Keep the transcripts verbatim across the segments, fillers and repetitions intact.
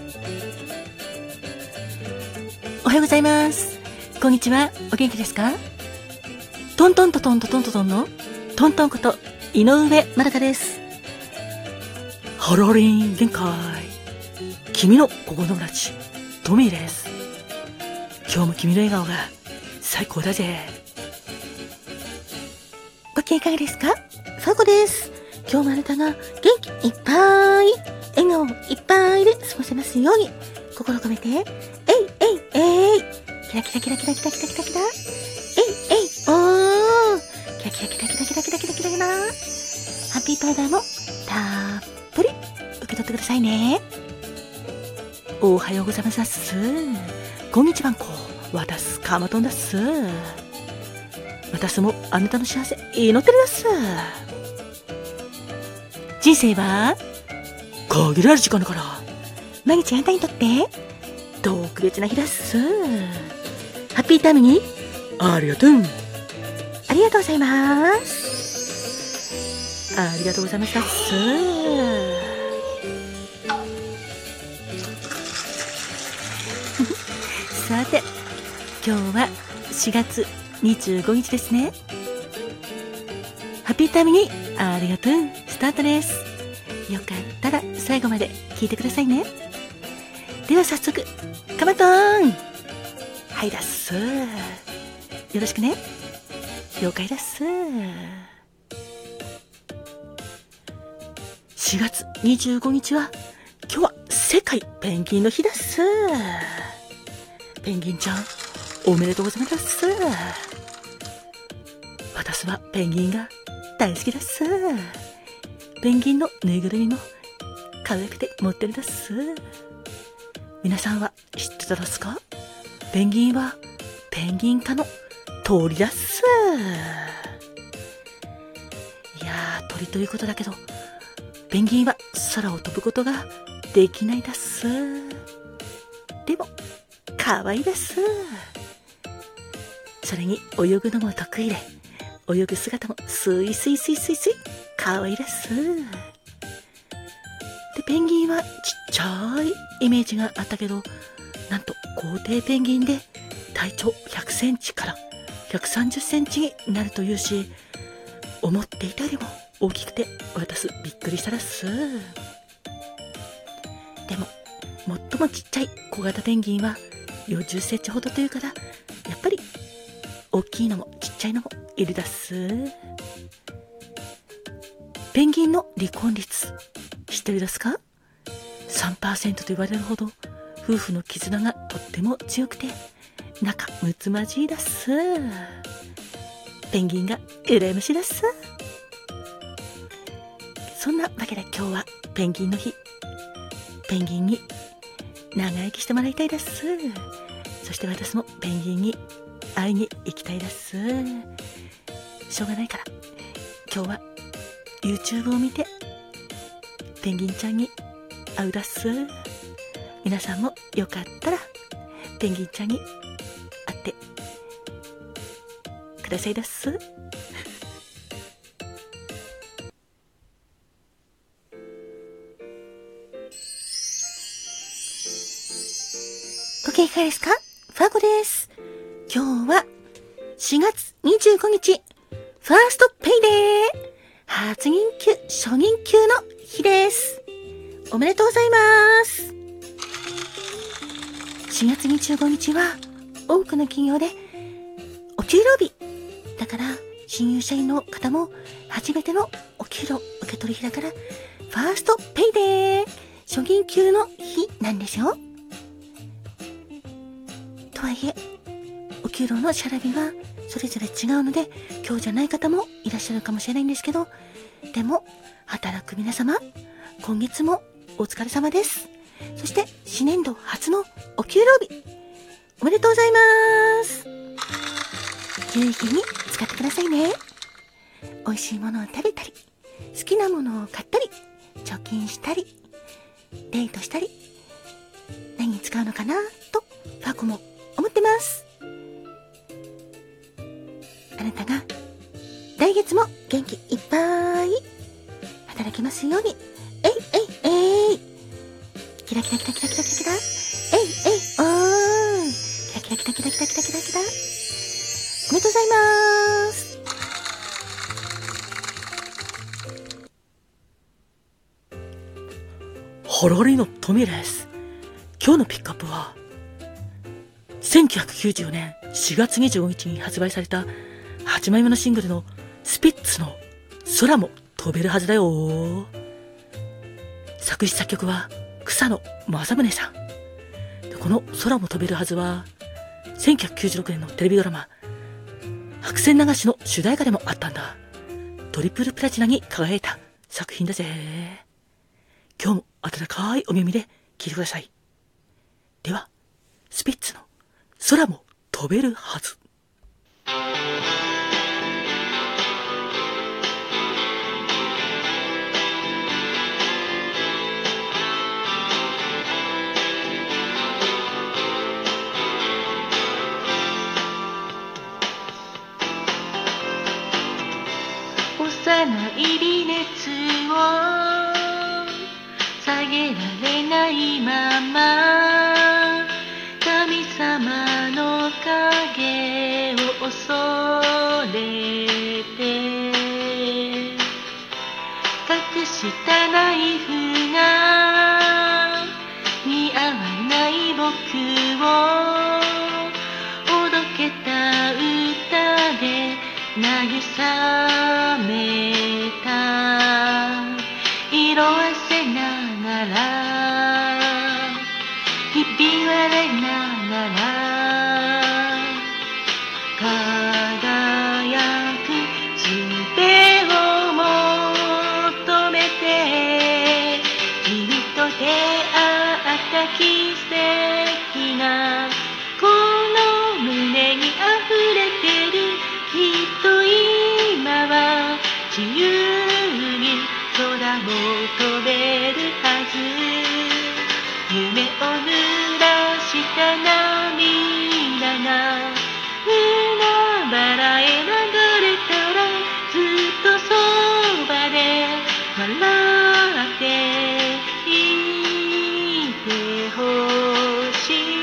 おはようございます。こんにちは。お元気ですか？トントントントントントントンのトントンこと井上まどかです。ハローリン限界。君の心の友達トミーです。今日も君の笑顔が最高だぜ。ご機嫌いかがですか？ファコです。今日もあなたが元気いっぱい、笑顔いっぱいで過ごせますように心を込めて、えいえいえい、キラキラキラキラキラキラキラキラ、えいえいおー、キラキラキラキラキラキラキラキラキラ、ハッピーパウダーもたっぷり受け取ってくださいね。おはようございます。こんにちはんこ、わたすかまとんだっす。私もあなたの幸せ祈ってるだっす。人生は限られる時間だから、毎日あなたにとって特別な日だっす。ハッピータイムにありがとう。ありがとうございます。ありがとうございましたっす。さて、今日はしがつにじゅうごにちですね。ハッピータイムにありがとうスタートです。よかったら最後まで聞いてくださいね。では早速、かまとーん、はいだっす。よろしくね。了解だっす。しがつにじゅうごにちは今日は世界ペンギンの日だっす。ペンギンちゃんおめでとうございます。私はペンギンが大好きだっす。ペンギンのぬいぐるみも可愛くて持ってるだっす。皆さんは知ってたですか？ペンギンはペンギン科の鳥だっす。いやー、鳥ということだけどペンギンは空を飛ぶことができないだっす。でも可愛いだっす。それに泳ぐのも得意で、泳ぐ姿もスイスイスイスイスイ可愛いだっす。で、ペンギンはちっちゃいイメージがあったけど、なんと皇帝ペンギンで体長ひゃくセンチからひゃくさんじゅっセンチになるというし、思っていたよりも大きくて私びっくりしただっす。でも最もちっちゃい小型ペンギンはよんじゅっセンチほどというから、やっぱり大きいのもちっちゃいのもいるだっす。ペンギンの離婚率知ってるですか？ さんパーセント と言われるほど夫婦の絆がとっても強くて仲睦まじいだっす。ペンギンが羨ましいだっす。そんなわけで今日はペンギンの日。ペンギンに長生きしてもらいたいだっす。そして私もペンギンに会いに行きたいだっす。しょうがないから今日は YouTube を見てペンギンちゃんに会うだっす。皆さんもよかったらペンギンちゃんに会ってくださいだっす。ご機嫌いかがですか？ファゴです。今日はしがつにじゅうごにち、ファーストペイデー、初任給初任給の日です。おめでとうございます。しがつにじゅうごにちは多くの企業でお給料日だから、新入社員の方も初めてのお給料受け取り日だから、ファーストペイデー、初任給の日なんですよ。とはいえお給料の支払い日はそれぞれ違うので、今日じゃない方もいらっしゃるかもしれないんですけど、でも働く皆様、今月もお疲れ様です。そして新年度初のお給料日、おめでとうございます。有意義に使ってくださいね。美味しいものを食べたり、好きなものを買ったり、貯金したり、デートしたり、何に使うのかなとファコも思ってます。あなたが来月も元気いっぱい働きますように、えいえいえい、キキラキラキラキラキラキラキラ。えいえいおーん。キラキラキラキラキラキラキラキラ。おめでとうございます。ホロリのトミです。今日のピックアップは、せんきゅうひゃくきゅうじゅうよねんしがつにじゅうごにちに発売されたはちまいめのシングルのスピッツの空も飛べるはずだよ。作詞作曲は草野正宗さん。この空も飛べるはずはせんきゅうひゃくきゅうじゅうろくねんのテレビドラマ白線流しの主題歌でもあったんだ。トリプルプラチナに輝いた作品だぜ。今日も温かいお耳で聴いてください。ではスピッツの空も飛べるはず。 幼い微熱を下げられないまま神様の影を恐れて隠したナイフが似合わない僕をおどけた歌で慰めた。色あせながらひび割れながら輝く術を求めて君と出会った奇跡がこの胸に溢れてる。きっと今は自由に空も飛べるはず。夢を濡らした涙が海原へ流れたらずっとそばで笑っていてほしい。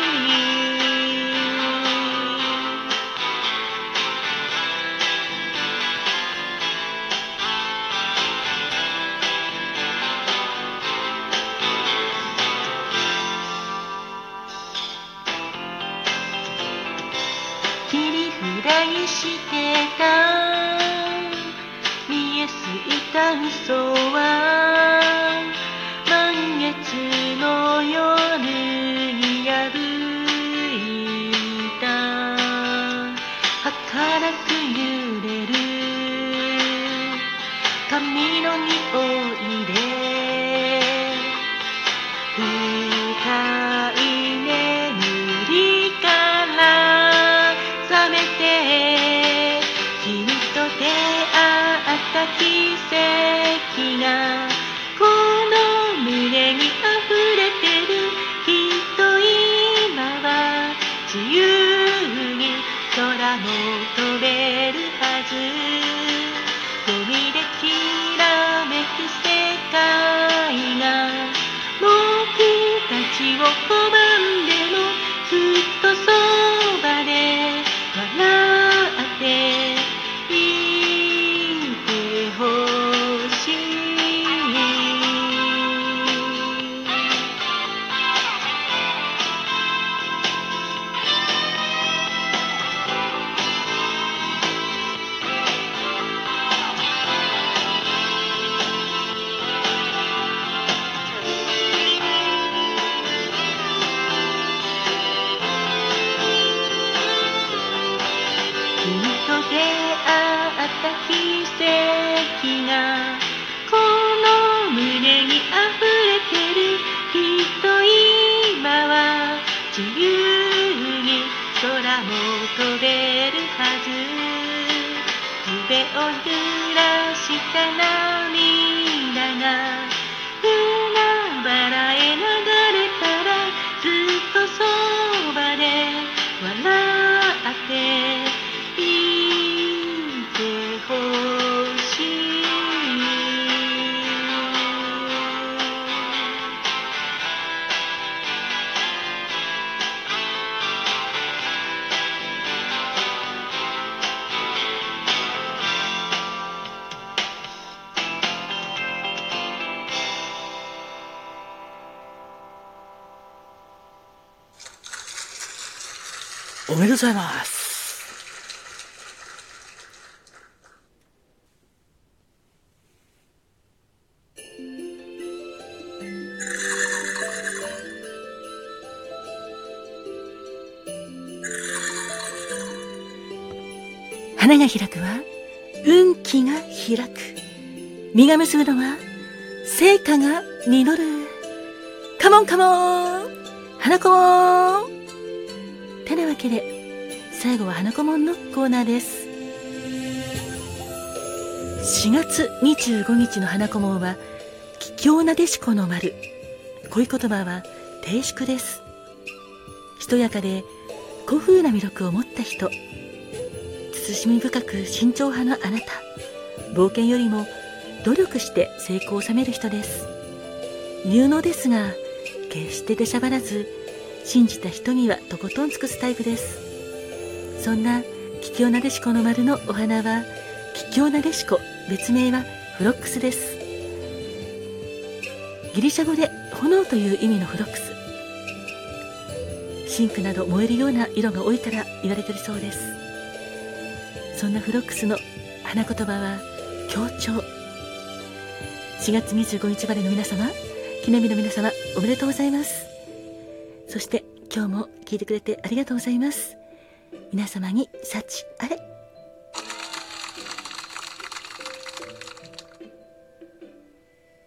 切りフライしてた見えすいた嘘は満月の夜に破いた。儚く揺れる髪の匂いで深い眠りから覚めて君と出会った奇跡がこの胸に溢れてる。きっと今は自由に空も飛べるはず。ゴミできらめく世界が僕たちを拒んでもずっとそばで笑っていてほしい。君と出会った奇跡がこの胸に溢れてる。きっと今は自由に空も飛べるはず。夢を濡らした涙が海原へ流れたらずっとそばで笑っていてほしい。 おめでとうございます。花が開くは運気が開く。実が結ぶのは成果が実る。カモンカモン花子もん。てなわけで最後は花子もんのコーナーです。しがつにじゅうごにちの花子もんは桔梗なでしこの丸。恋言葉は定祝です。しとやかで古風な魅力を持った人、慎み深く慎重派のあなた、冒険よりも努力して成功を収める人です。有能ですが決して出しゃばらず、信じた人にはとことん尽くすタイプです。そんな桔梗なでしこの丸のお花は桔梗なでしこ、別名はフロックスです。ギリシャ語で炎という意味のフロックス。真紅など燃えるような色が多いから言われているそうです。そんなフロックスの花言葉は協調。しがつにじゅうごにちまでの皆様、記念日の皆様、おめでとうございます。そして今日も聞いてくれてありがとうございます。皆様に幸あれ。